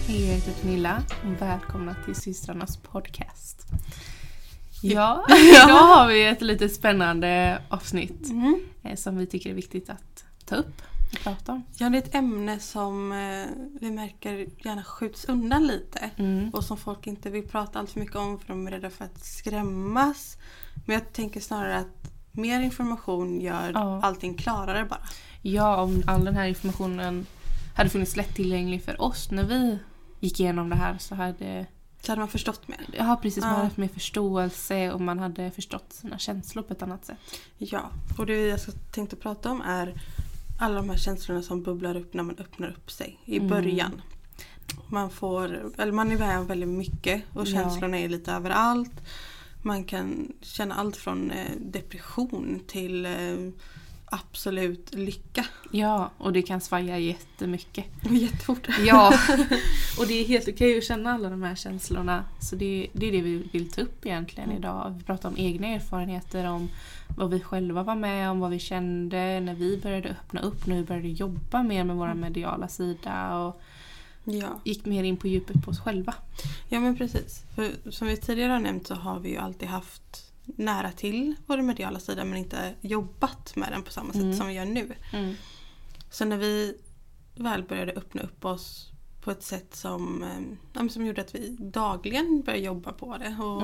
Hej, jag heter Pernilla och välkomna till systrarnas podcast. Ja, idag har vi ett lite spännande avsnitt som vi tycker är viktigt att ta upp och prata om. Ja, det är ett ämne som vi märker gärna skjuts undan lite och som folk inte vill prata allt för mycket om för de är rädda för att skrämmas. Men jag tänker snarare att mer information gör allting klarare bara. Ja, om all den här informationen hade funnits lättillgänglig för oss när vi gick igenom det här så hade man förstått mer. Ja, precis. Man hade haft mer förståelse och man hade förstått sina känslor på ett annat sätt. Ja, och det jag tänkte prata om är alla de här känslorna som bubblar upp när man öppnar upp sig i början. Man är med väldigt mycket och känslorna är lite överallt. Man kan känna allt från depression till absolut lycka. Ja, och det kan svaja jättemycket. Jättefort. Ja, och det är helt okej att känna alla de här känslorna. Så det är det vi vill ta upp egentligen idag. Vi pratar om egna erfarenheter, om vad vi själva var med om, vad vi kände när vi började öppna upp, när vi började jobba mer med vår mediala sida och gick mer in på djupet på oss själva. Ja, men precis. För som vi tidigare har nämnt så har vi ju alltid haft nära till vår mediala sida men inte jobbat med den på samma sätt som vi gör nu. Så när vi väl började öppna upp oss på ett sätt som gjorde att vi dagligen började jobba på det och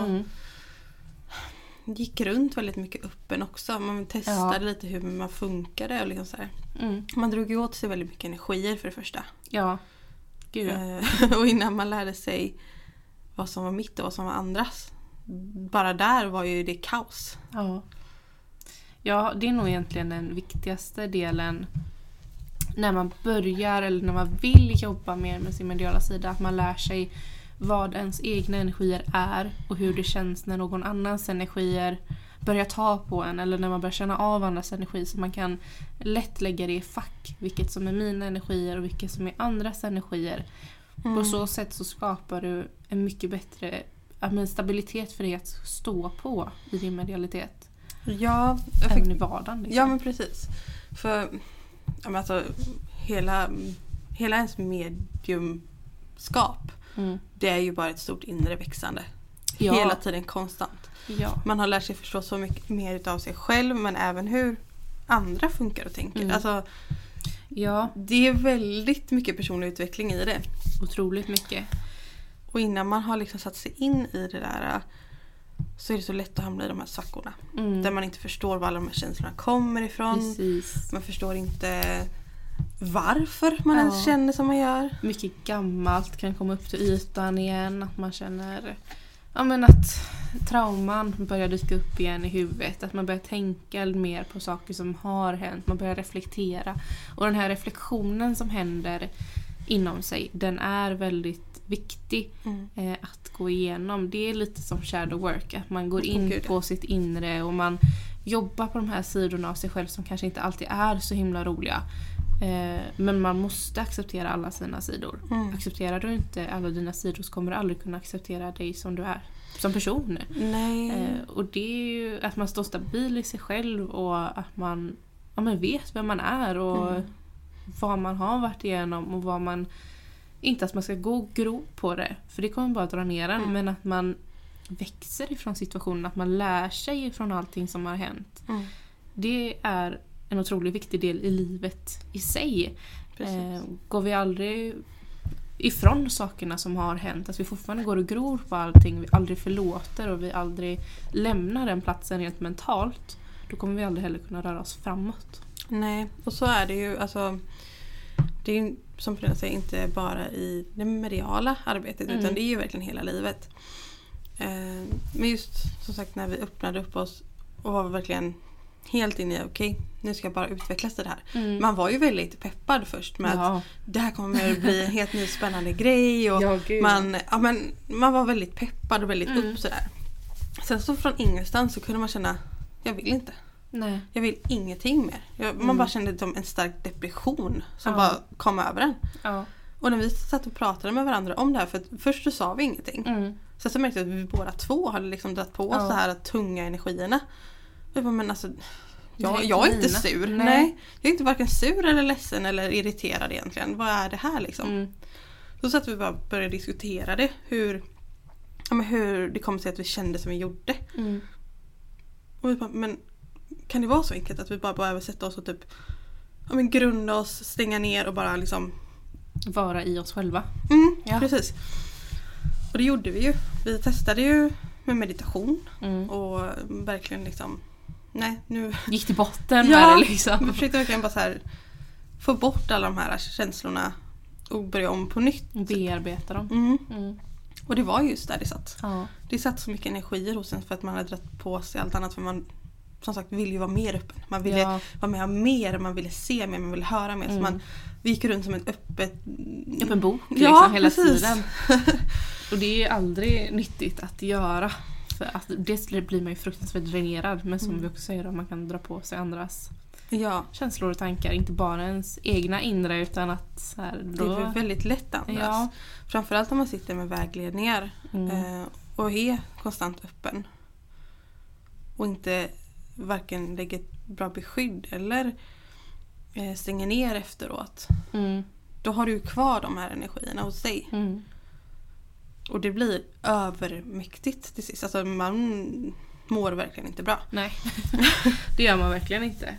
gick runt väldigt mycket öppen också. Man testade lite hur man funkade och liksom så här. Man drog ju åt sig väldigt mycket energier för det första. Ja, gud. Och innan man lärde sig vad som var mitt och vad som var andras, bara där var ju det kaos. Ja, det är nog egentligen den viktigaste delen när man börjar eller när man vill jobba mer med sin mediala sida. Att man lär sig vad ens egna energier är och hur det känns när någon annans energier börjar ta på en. Eller när man börjar känna av andras energi så man kan lätt lägga det i fack. Vilket som är mina energier och vilket som är andras energier. På så sätt så skapar du en mycket bättre stabilitet för dig att stå på i din medialitet. Ja, även i vardagen. Liksom. Ja, men precis. För hela ens mediumskap det är ju bara ett stort inre växande. Ja. Hela tiden konstant. Ja. Man har lärt sig förstå så mycket mer av sig själv men även hur andra funkar och tänker. Det är väldigt mycket personlig utveckling i det. Otroligt mycket. Och innan man har liksom satt sig in i det där så är det så lätt att hamna i de här svackorna. Där man inte förstår var alla de här känslorna kommer ifrån. Precis. Man förstår inte varför man ens känner som man gör. Mycket gammalt kan komma upp till ytan igen. Att man känner att trauman börjar dyka upp igen i huvudet. Att man börjar tänka mer på saker som har hänt. Man börjar reflektera. Och den här reflektionen som händer inom sig, den är väldigt viktig att gå igenom. Det är lite som shadow work. Att man går in på sitt inre och man jobbar på de här sidorna av sig själv som kanske inte alltid är så himla roliga. Men man måste acceptera alla sina sidor. Accepterar du inte alla dina sidor så kommer du aldrig kunna acceptera dig som du är som person. Nej. Och det är ju att man står stabil i sig själv och att man vet vem man är och vad man har varit igenom och vad man inte att man ska gå och gro på det. För det kommer bara att dra ner en. Men att man växer ifrån situationen. Att man lär sig ifrån allting som har hänt. Det är en otroligt viktig del i livet i sig. Går vi aldrig ifrån sakerna som har hänt. Att vi fortfarande går och gror på allting. Vi aldrig förlåter och vi aldrig lämnar den platsen rent mentalt. Då kommer vi aldrig heller kunna röra oss framåt. Nej, och så är det ju. Det är ju som Frida säger inte bara i det mediala arbetet utan det är ju verkligen hela livet. Men just som sagt när vi öppnade upp oss och var verkligen helt inne i nu ska jag bara utvecklas det här. Man var ju väldigt peppad först med att det här kommer att bli en helt ny spännande grej och man var väldigt peppad och väldigt upp sådär. Sen så från ingenstans så kunde man känna jag vill inte. Nej. Jag vill ingenting mer. Man bara kände som en stark depression som bara kom över en. Och när vi satt och pratade med varandra om det här, för först så sa vi ingenting. Sen så märkte jag att vi båda två hade liksom dragit på oss så här tunga energierna. Vi bara, men alltså jag är inte sur. Nej. Jag är inte varken sur eller ledsen eller irriterad egentligen. Vad är det här liksom? Så satt vi bara och började diskutera det. Hur det kom sig att vi kände som vi gjorde. Och vi bara, men kan det vara så enkelt att vi bara behöver sätta oss och typ grunda oss, stänga ner och bara liksom vara i oss själva. Ja, precis. Och det gjorde vi ju. Vi testade ju med meditation och verkligen liksom nu gick till botten med det liksom. Vi försökte verkligen bara så här få bort alla de här känslorna och börja om på nytt. Bearbeta dem. Och det var just där det satt. Ja. Det satt så mycket energier hos en för att man hade dragit på sig allt annat, för man som sagt ville ju vara mer öppen. Man ville vara med mer, man ville se mer, man ville höra mer. Så man gick runt som en öppen bok liksom, hela precis. tiden. Och det är aldrig nyttigt att göra. För att dels blir man ju fruktansvärt dränerad. Men som vi också säger, man kan dra på sig andras känslor och tankar. Inte bara ens egna inre, utan att så här, då... Det är väldigt lätt andras. Ja. Framförallt om man sitter med vägledningar och är konstant öppen. Och inte varken lägger ett bra beskydd eller stänger ner efteråt. Då har du kvar de här energierna hos dig. Och det blir övermäktigt till sist. Alltså man mår verkligen inte bra. Nej, det gör man verkligen inte.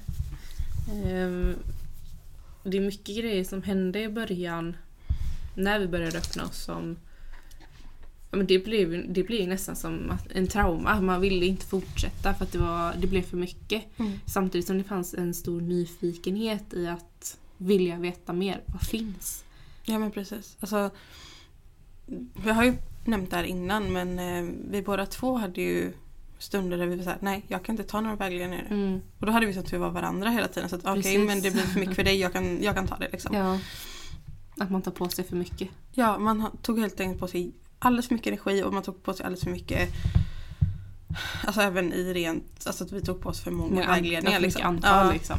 Det är mycket grejer som hände i början när vi började öppna oss som... Men det blev nästan som en trauma. Man ville inte fortsätta för att det blev för mycket. Samtidigt som det fanns en stor nyfikenhet i att vilja veta mer. Vad finns? Ja, men precis. Alltså, vi har ju nämnt det här innan, men vi båda två hade ju stunder där vi var såhär, nej, jag kan inte ta några vägledningar. Och då hade vi så att vi var varandra hela tiden. Så att okej, men det blir för mycket för dig, jag kan ta det liksom. Ja. Att man tar på sig för mycket. Ja, man tog helt enkelt på sig alldeles för mycket energi och man tog på sig alldeles för mycket, alltså även i rent, alltså att vi tog på oss för många vägledningar liksom. Antal, liksom.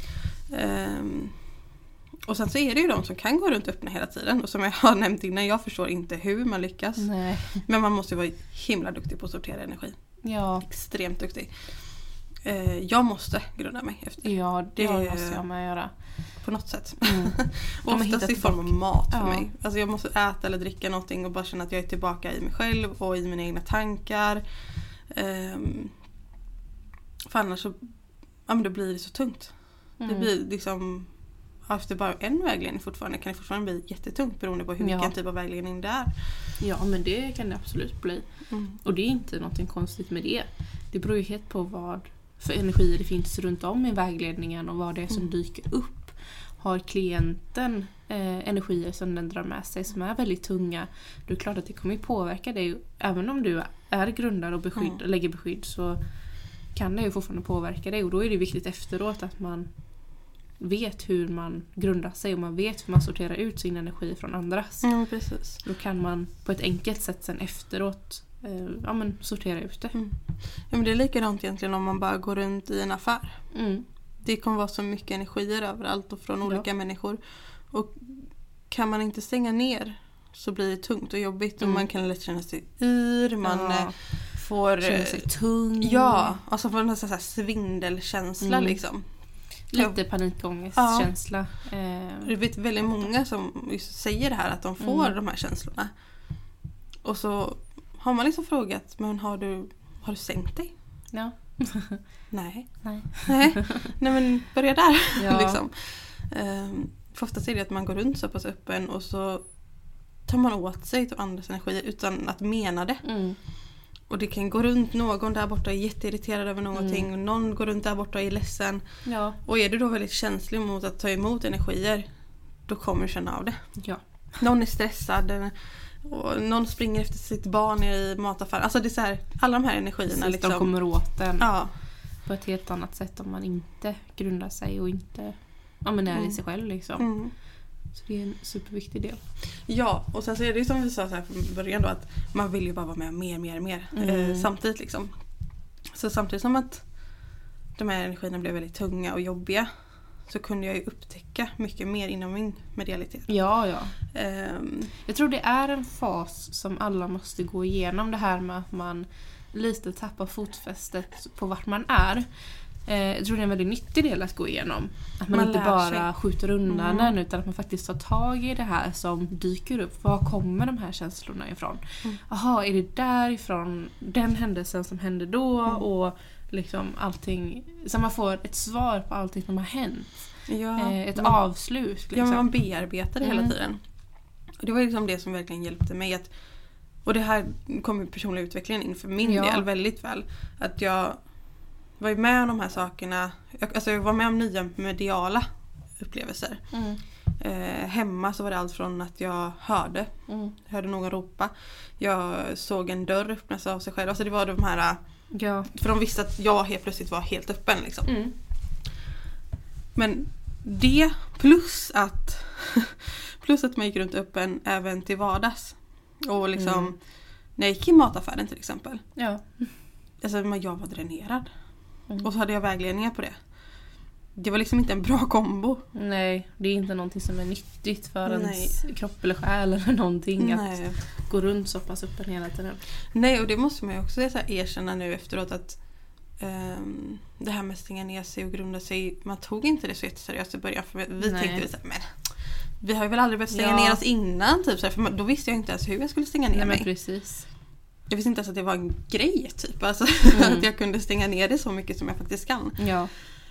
Och sen så är det ju de som kan gå runt öppna hela tiden, och som jag har nämnt innan, jag förstår inte hur man lyckas. Nej. Men man måste ju vara himla duktig på att sortera energi. Ja. Extremt duktig. Jag måste grunda mig efter. Ja, det måste jag med göra. På något sätt. Och oftast i form av mat för mig. Alltså jag måste äta eller dricka någonting och bara känna att jag är tillbaka i mig själv och i mina egna tankar. För annars så då blir det så tungt. Det blir liksom, efter bara en vägledning kan det fortfarande bli jättetungt beroende på vilken typ av vägledning det är. Ja, men det kan det absolut bli. Och det är inte någonting konstigt med det. Det beror ju helt på vad för energier det finns runt om i vägledningen och vad det är som dyker upp. Har klienten energier som den drar med sig som är väldigt tunga, då är det klart att det kommer påverka dig. Även om du är grundad och lägger beskydd, så kan det ju fortfarande påverka dig. Och då är det viktigt efteråt att man vet hur man grundar sig och man vet hur man sorterar ut sin energi från andras. Ja, precis. Då kan man på ett enkelt sätt sen efteråt sortera ut det. Ja, men det är likadant egentligen om man bara går runt i en affär. Det kommer vara så mycket energier överallt och från olika människor. Och kan man inte stänga ner så blir det tungt och jobbigt och man kan lätt känna sig man får känna sig tung. Ja, alltså får en sån här svindelkänsla liksom. Lite panikångestkänsla. Jag vet väldigt många som säger det här, att de får de här känslorna. Och så har man liksom frågat, men har du sänkt dig? Ja. Nej, men börja där. Liksom. För ofta är det att man går runt så pass öppen och så tar man åt sig till andras energi utan att mena det. Och det kan gå runt någon där borta och är jätteirriterad över någonting. Och någon går runt där borta och är ledsen. Ja. Och är du då väldigt känslig mot att ta emot energier, då kommer du känna av det. Ja. Någon är stressad och någon springer efter sitt barn i mataffären. Alltså det är så här, alla de här energierna. Precis, liksom, de kommer åt en på ett helt annat sätt om man inte grundar sig och inte är i sig själv liksom. Så det är en superviktig del. Ja, och sen så är det ju som vi sa så här från början då, att man vill ju bara vara med mer samtidigt liksom. Så samtidigt som att de här energierna blev väldigt tunga och jobbiga, så kunde jag ju upptäcka mycket mer inom min medialitet. Ja. Jag tror det är en fas som alla måste gå igenom, det här med att man lite tappar fotfästet på vart man är. Jag tror det är en väldigt nyttig del att gå igenom. Att man inte lär bara sig. skjuter undan den, utan att man faktiskt tar tag i det här som dyker upp. Var kommer de här känslorna ifrån? Jaha, är det därifrån den händelsen som hände då? Och liksom allting. Så man får ett svar på allting som har hänt. Ja, Ett avslut. Liksom. Ja, men man bearbetar det hela tiden. Och det var liksom det som verkligen hjälpte mig. Och det här kom personliga utvecklingen in för min del väldigt väl. Att jag var ju med om de här sakerna. Jag var med om nya mediala upplevelser. Hemma så var det allt från att jag hörde någon ropa. Jag såg en dörr öppnas av sig själv. Alltså det var de här... Ja. För de visste att jag helt plötsligt var helt öppen liksom. Men det plus att man gick runt öppen även till vardags. Och liksom när jag gick i mataffären till exempel. Ja. Alltså jag var dränerad. Och så hade jag vägledningar på det. Det var liksom inte en bra kombo. Nej, det är inte någonting som är nyttigt för ens kropp eller själ eller någonting. Att gå runt så pass öppen hela tiden. Nej, och det måste man ju också erkänna nu efteråt att det här med att stänga ner sig och grunda sig, man tog inte det så jätteseriöst i början. För vi tänkte så här, men vi har ju väl aldrig behövt stänga ner oss innan. Typ, så här, för då visste jag inte ens hur jag skulle stänga ner mig. Men precis. Jag visste inte ens att det var en grej typ. Alltså, att jag kunde stänga ner det så mycket som jag faktiskt kan. Ja.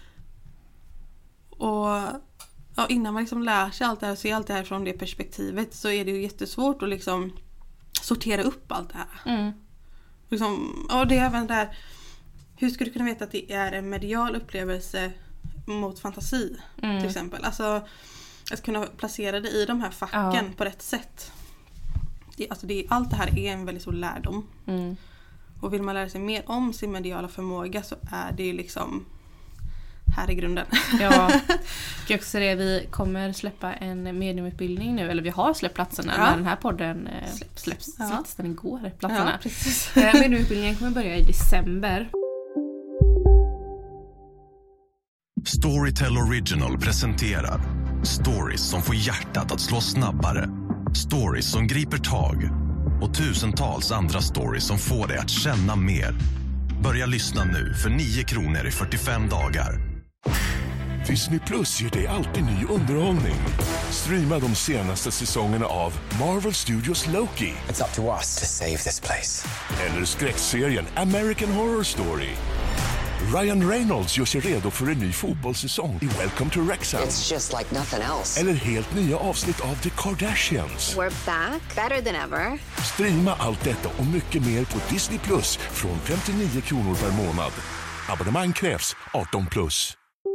Och innan man liksom lär sig allt det här och ser allt det här från det perspektivet så är det ju jättesvårt att liksom sortera upp allt det här. Liksom, och det är även där, hur ska du kunna veta att det är en medial upplevelse mot fantasi till exempel? Alltså att kunna placera det i de här facken på rätt sätt. Allt det här är en väldigt stor lärdom. Och vill man lära sig mer om sin mediala förmåga så är det ju liksom här i grunden. Ja, jag också säga, vi kommer släppa en mediumutbildning nu, eller vi har släppt platserna när den här podden släpps den igår, platserna. Mediumutbildningen kommer börja i december. Storytel Original presenterar stories som får hjärtat att slå snabbare. Stories som griper tag och tusentals andra stories som får dig att känna mer. Börja lyssna nu för 9 kronor i 45 dagar. Disney Plus ger dig alltid ny underhållning. Streama de senaste säsongerna av Marvel Studios Loki. It's up to us to save this place. Eller skräckserien American Horror Story. Ryan Reynolds gör sig redo för en ny fotbollssäsong i Welcome to Wrexham. It's just like nothing else. Eller helt nya avsnitt av The Kardashians. We're back, better than ever. Streama allt detta och mycket mer på Disney Plus från 59 kronor per månad. Abonnemang krävs 18 plus.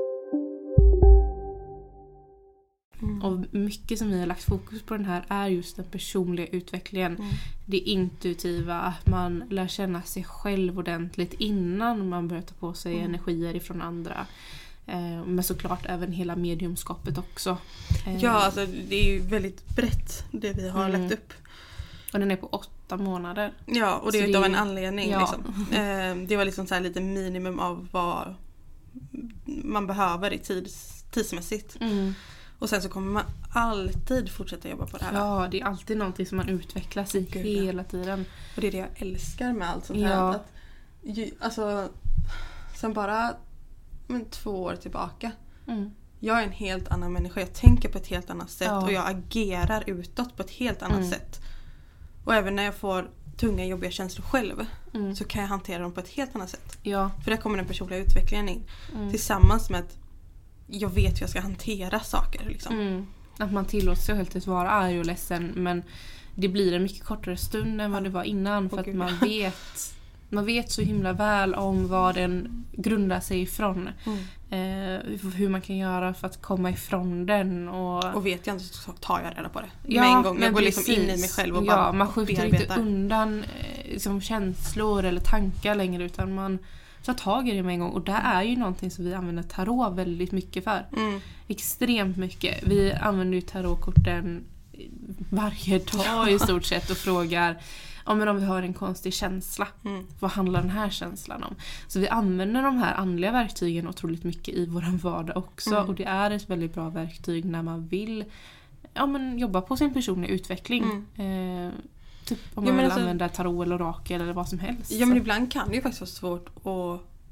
Och mycket som vi har lagt fokus på den här är just den personliga utvecklingen. Det intuitiva, att man lär känna sig själv ordentligt innan man börjar ta på sig energier ifrån andra. Men såklart även hela mediumskapet också. Ja, alltså det är ju väldigt brett det vi har lagt upp. Och den är på 8 månader. Ja, och det är av en anledning. Ja. Liksom. Det var liksom så här lite minimum av vad man behöver i tidsmässigt. Och sen så kommer man alltid fortsätta jobba på det här. Ja, det är alltid någonting som man utvecklas i hela tiden. Och det är det jag älskar med allt sånt här. Alltså, sen bara 2 år tillbaka. Jag är en helt annan människa. Jag tänker på ett helt annat sätt. Och jag agerar utåt på ett helt annat sätt. Och även när jag får tunga, jobbiga känslor själv så kan jag hantera dem på ett helt annat sätt. Ja. För där kommer den personliga utvecklingen in. Tillsammans med att jag vet hur jag ska hantera saker. Liksom. Att man tillåter sig helt att vara arg och ledsen, men det blir en mycket kortare stund än vad det var innan. För att man vet så himla väl om vad den grundar sig ifrån. Hur man kan göra för att komma ifrån den. Och vet jag inte så tar jag reda på det. Ja, med en gång. Jag går liksom in i mig själv och bara man skjuter inte undan liksom, känslor eller tankar längre, utan man tar tag i det med en gång. Och det är ju någonting som vi använder tarot väldigt mycket för. Extremt mycket. Vi använder ju tarotkorten varje dag i stort sett och frågar om vi har en konstig känsla. Vad handlar den här känslan om? Så vi använder de här andliga verktygen otroligt mycket i vår vardag också. Och det är ett väldigt bra verktyg när man vill jobba på sin personliga utveckling. Typ om man vill använda tarot eller orakel eller vad som helst. Ja, men ibland kan det ju faktiskt vara svårt att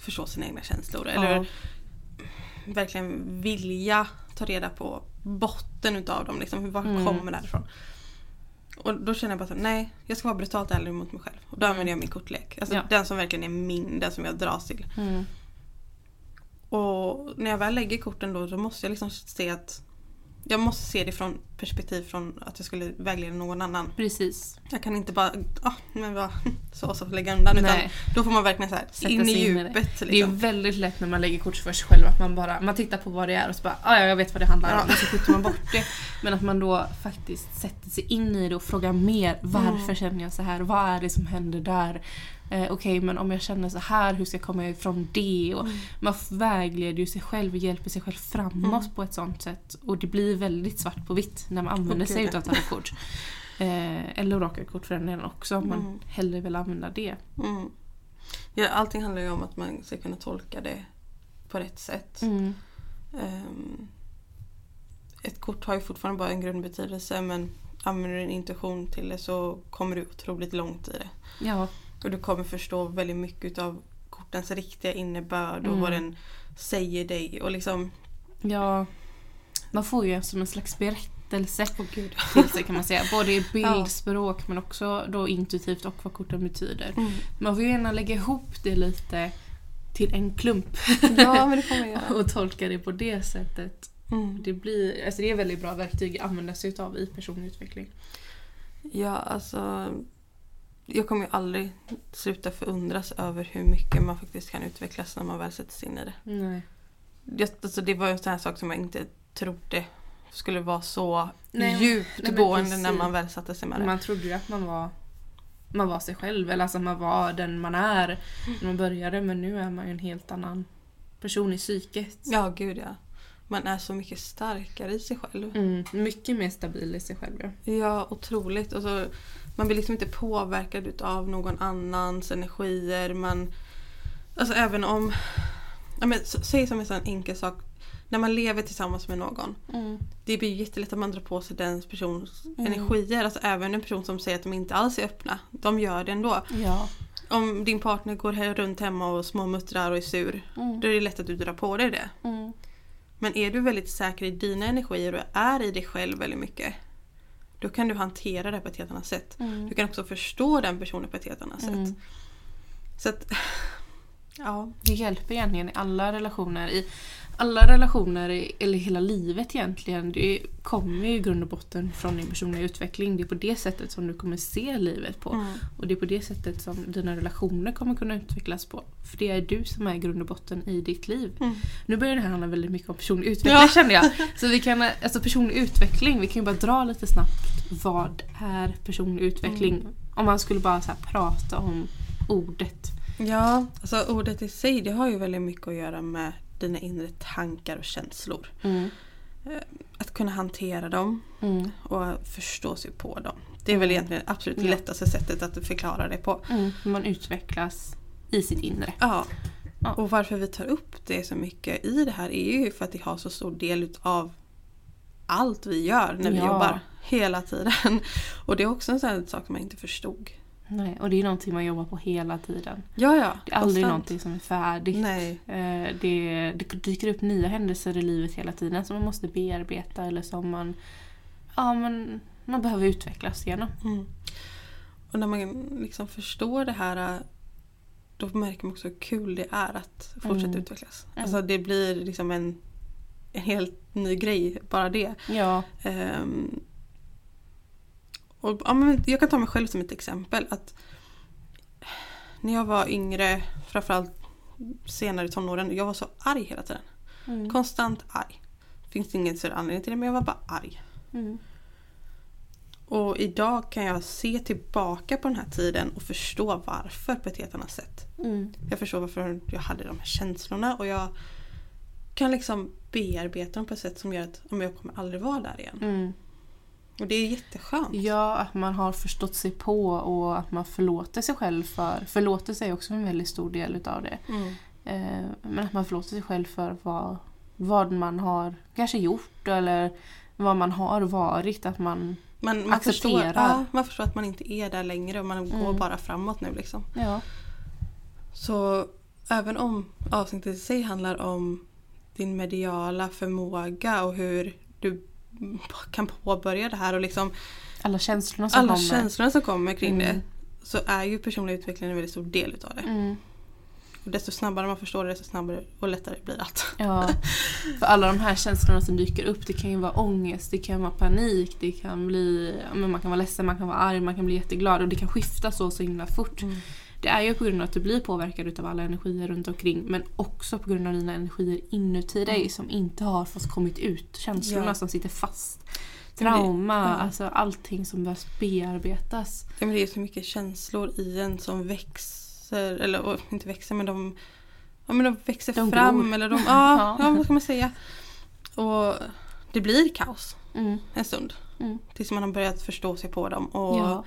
förstå sina egna känslor. Eller verkligen vilja ta reda på botten utav dem. Liksom, vad kommer därifrån? Och då känner jag bara så, nej, jag ska vara brutalt ärlig mot mig själv. Och då använder jag min kortlek. Alltså den som verkligen är min, den som jag dras till. Och när jag väl lägger korten då måste jag liksom se att jag måste se det från perspektiv från att jag skulle vägleda någon annan. Precis. Jag kan inte bara så lägga undan. Utan då får man verkligen så här, in i djupet. Liksom. Det är väldigt lätt när man lägger kort för sig själv att man tittar på vad det är och så bara, jag vet vad det handlar om. Och så skjuter man bort det. Men att man då faktiskt sätter sig in i det och frågar mer. Varför känner jag så här? Vad är det som händer där? Okej, men om jag känner så här, hur ska jag komma ifrån det? Och man vägleder ju sig själv och hjälper sig själv framåt på ett sånt sätt. Och det blir väldigt svart på vitt när man använder sig utav tarotkort. Eller orakelkort för den delen också, om man hellre vill använda det. Ja, allting handlar ju om att man ska kunna tolka det på rätt sätt. Ett kort har ju fortfarande bara en grundbetydelse, men använder du en intuition till det så kommer du otroligt långt i det. Ja. Och du kommer förstå väldigt mycket av kortens riktiga innebörd och vad den säger dig. Och liksom... Ja, man får ju som en slags berättelse till sig, kan man säga. Både i bildspråk men också då intuitivt och vad korten betyder. Man får ju gärna lägga ihop det lite till en klump. Ja, men det får man göra. Och tolka det på det sättet. Det blir, alltså det är väldigt bra verktyg att använda sig av i personlig utveckling. Ja, alltså... Jag kommer ju aldrig sluta förundras över hur mycket man faktiskt kan utvecklas när man väl sätter sig in i det. Nej. Det var ju en sån här sak som jag inte trodde skulle vara så djupgående när man väl satte sig med det. Man trodde ju att man var sig själv, eller alltså man var den man är när man började, men nu är man ju en helt annan person i psyket. Ja, gud ja. Man är så mycket starkare i sig själv. Mycket mer stabil i sig själv. Ja, otroligt. Och så, man blir liksom inte påverkad av någon annans energier. Alltså även om... säg som en sån enkel sak. När man lever tillsammans med någon. Det blir jättelätt att man drar på sig den persons energier. Alltså även en person som säger att de inte alls är öppna. De gör det ändå. Ja. Om din partner går runt hemma och småmuttrar och är sur. Då är det lätt att du drar på dig det. Men är du väldigt säker i dina energier och är i dig själv väldigt mycket, då kan du hantera det på ett helt annat sätt. Du kan också förstå den personen på ett helt annat sätt. Så att, det hjälper egentligen i alla relationer. Eller hela livet egentligen. Det kommer ju i grund och botten från din personliga utveckling. Det är på det sättet som du kommer se livet på. Och det är på det sättet som dina relationer kommer kunna utvecklas på. För det är du som är grund och botten i ditt liv. Nu börjar det här handla väldigt mycket om personlig utveckling, känner jag. Så vi kan, alltså personlig utveckling, vi kan ju bara dra lite snabbt. Vad är personlig utveckling? Om man skulle bara så här prata om ordet. Ja, alltså ordet i sig, det har ju väldigt mycket att göra med dina inre tankar och känslor. Att kunna hantera dem och förstå sig på dem. Det är väl egentligen absolut lättaste sättet att förklara det på. Man utvecklas i sitt inre. Ja. Och varför vi tar upp det så mycket i det här är ju för att det har så stor del av allt vi gör när vi jobbar hela tiden. Och det är också en sån sak som man inte förstod. Nej, och det är någonting man jobbar på hela tiden. Ja. Det är aldrig någonting som är färdigt. Nej. Det dyker upp nya händelser i livet hela tiden som man måste bearbeta eller som man behöver utvecklas igenom. Och när man liksom förstår det här, då märker man också hur kul det är att fortsätta utvecklas. Alltså det blir liksom en helt ny grej, bara det. Ja. Och, men jag kan ta mig själv som ett exempel. Att när jag var yngre, framförallt senare i tonåren, jag var så arg hela tiden. Konstant arg. Finns ingen större anledning till det, men jag var bara arg. Och idag kan jag se tillbaka på den här tiden och förstå varför på ett helt annat sätt. Jag förstår varför jag hade de här känslorna och jag kan liksom bearbeta dem på ett sätt som gör att jag kommer aldrig vara där igen. Och det är jätteskönt. Ja, att man har förstått sig på och att man förlåter sig själv för. Förlåter är också en väldigt stor del utav det. Men att man förlåter sig själv för vad man har kanske gjort eller vad man har varit. Att man accepterar. Man förstår att man inte är där längre och man går bara framåt nu liksom. Ja. Så även om avsnittet i sig handlar om din mediala förmåga och hur du kan påbörja det här och liksom alla känslorna som kommer kring det, så är ju personlig utveckling en väldigt stor del utav det. Och desto snabbare man förstår det, desto snabbare och lättare blir allt. Ja, för alla de här känslorna som dyker upp, det kan ju vara ångest, det kan vara panik, det kan bli, man kan vara ledsen, man kan vara arg, man kan bli jätteglad och det kan skifta så himla fort. Det är ju på grund av att du blir påverkad utav alla energier runt omkring, men också på grund av dina energier inuti dig som inte har fått kommit ut, känslorna som sitter fast. Trauma, alltså allting som behöver bearbetas. Ja, men det är så mycket känslor i en som växer, eller inte växer, men de växer fram gror. eller ja, vad ska man säga? Och det blir kaos en stund tills man har börjat förstå sig på dem. Och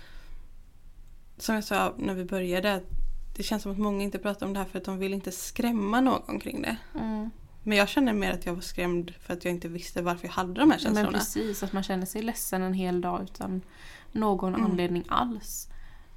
som jag sa när vi började, det känns som att många inte pratar om det här för att de vill inte skrämma någon kring det. Men jag känner mer att jag var skrämd för att jag inte visste varför jag hade de här känslorna. Men precis, att man känner sig ledsen en hel dag utan någon anledning alls.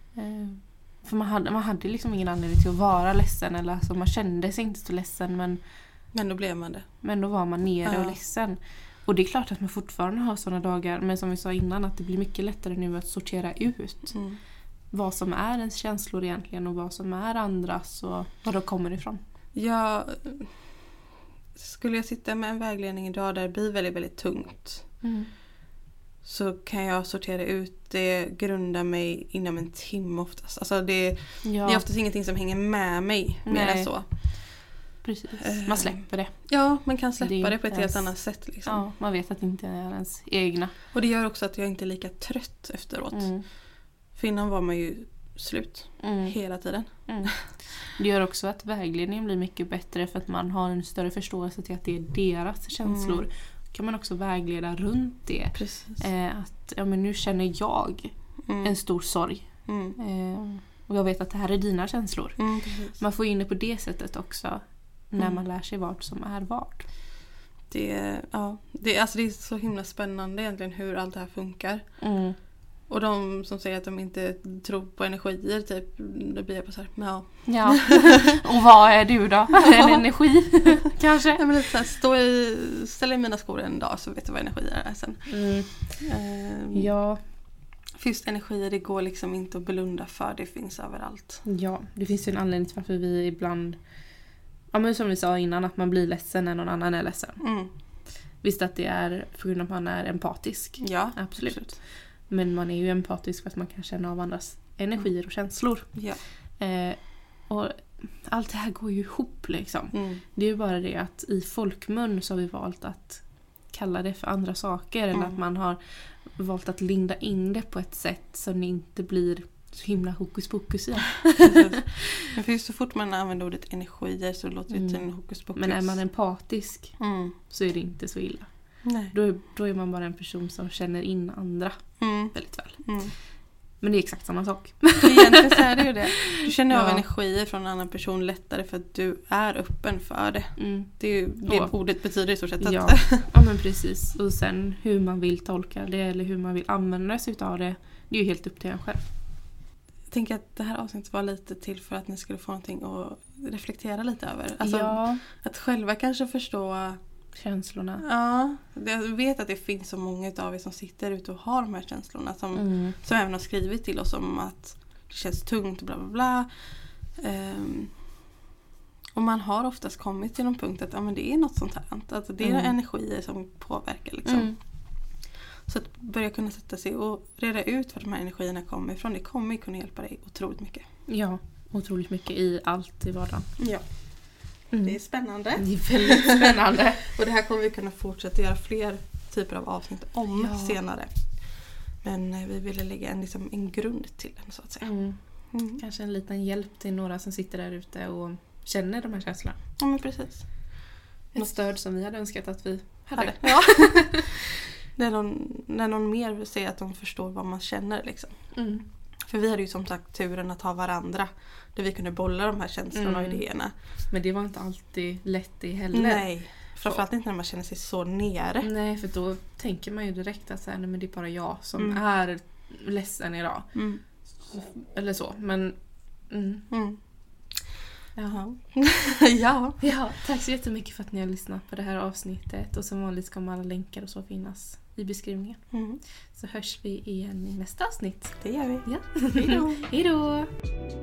För man hade liksom ingen anledning till att vara ledsen. Eller alltså, man kände sig inte så ledsen. Men då blev man det. Men då var man nere och ledsen. Och det är klart att man fortfarande har sådana dagar. Men som vi sa innan, att det blir mycket lättare nu att sortera ut. Vad som är ens känslor egentligen och vad som är andras och var de kommer ifrån. Ja, skulle jag sitta med en vägledning idag där det blir väldigt, väldigt tungt så kan jag sortera ut det, grunda mig inom en timme oftast. Alltså det är oftast ingenting som hänger med mig mer än så. Precis, man släpper det. Ja, man kan släppa det på ett helt annat sätt. Liksom. Ja, man vet att det inte är ens egna. Och det gör också att jag inte är lika trött efteråt. För innan var man ju slut hela tiden. Det gör också att vägledningen blir mycket bättre för att man har en större förståelse till att det är deras känslor. Kan man också vägleda runt det. Precis. Att men nu känner jag en stor sorg. Och jag vet att det här är dina känslor. Man får in det på det sättet också när man lär sig vad som är vad. Det är så himla spännande egentligen hur allt det här funkar. Och de som säger att de inte tror på energier, typ, det blir jag på så här, ja. Och vad är du då? En energi, kanske? Ja, men lite så här, ställ i mina skor en dag så vet du vad energier är sen. Ja. För just energier, det går liksom inte att blunda för, det finns överallt. Ja, det finns ju en anledning till varför vi ibland, men som vi sa innan, att man blir ledsen när någon annan är ledsen. Visst att det är för grund av att man är empatisk. Ja, absolut. Men man är ju empatisk för att man kan känna av andras energier och känslor. Ja. Och allt det här går ju ihop liksom. Det är ju bara det att i folkmun så har vi valt att kalla det för andra saker. Eller att man har valt att linda in det på ett sätt så det inte blir så himla hokus pokus igen. Men för just så fort man använder ordet energier så låter det till en hokus pokus. Men är man empatisk så är det inte så illa. Nej. Då är man bara en person som känner in andra väldigt väl. Men det är exakt samma sak. Egentligen så är det ju det. Du känner av energier från en annan person lättare för att du är öppen för det. Det är ju det ordet betyder i stort sett. Ja, men precis. Och sen hur man vill tolka det eller hur man vill använda sig av det, det är ju helt upp till en själv. Jag tänker att det här avsnittet var lite till för att ni skulle få någonting att reflektera lite över. Alltså, att själva kanske förstå känslorna. Ja, jag vet att det finns så många av er som sitter ute och har de här känslorna som även har skrivit till oss om att det känns tungt och bla bla bla. Och man har oftast kommit till någon punkt att men det är något sånt här. Alltså, det är energier som påverkar liksom. Så att börja kunna sätta sig och reda ut var de här energierna kommer ifrån, det kommer ju kunna hjälpa dig otroligt mycket. Ja, otroligt mycket i allt i vardagen. Ja. Det är spännande. Det är väldigt spännande. Och det här kommer vi kunna fortsätta göra fler typer av avsnitt om senare. Men vi ville lägga en grund till den så att säga. Kanske en liten hjälp till några som sitter där ute och känner de här känslorna. Ja, men precis. Något stöd som vi hade önskat att vi hade. Ja. När någon mer säger att de förstår vad man känner liksom. För vi hade ju som sagt turen att ha varandra där vi kunde bolla de här känslorna och idéerna. Men det var inte alltid lätt det heller. Nej, framförallt inte när man känner sig så nere. Nej, för då tänker man ju direkt att nej, men det är bara jag som är ledsen idag. Eller så, men... Jaha. Ja, tack så jättemycket för att ni har lyssnat på det här avsnittet. Och som vanligt kommer alla länkar och så finnas i beskrivningen. Så hörs vi igen i nästa avsnitt. Det gör vi. Ja. Hej då!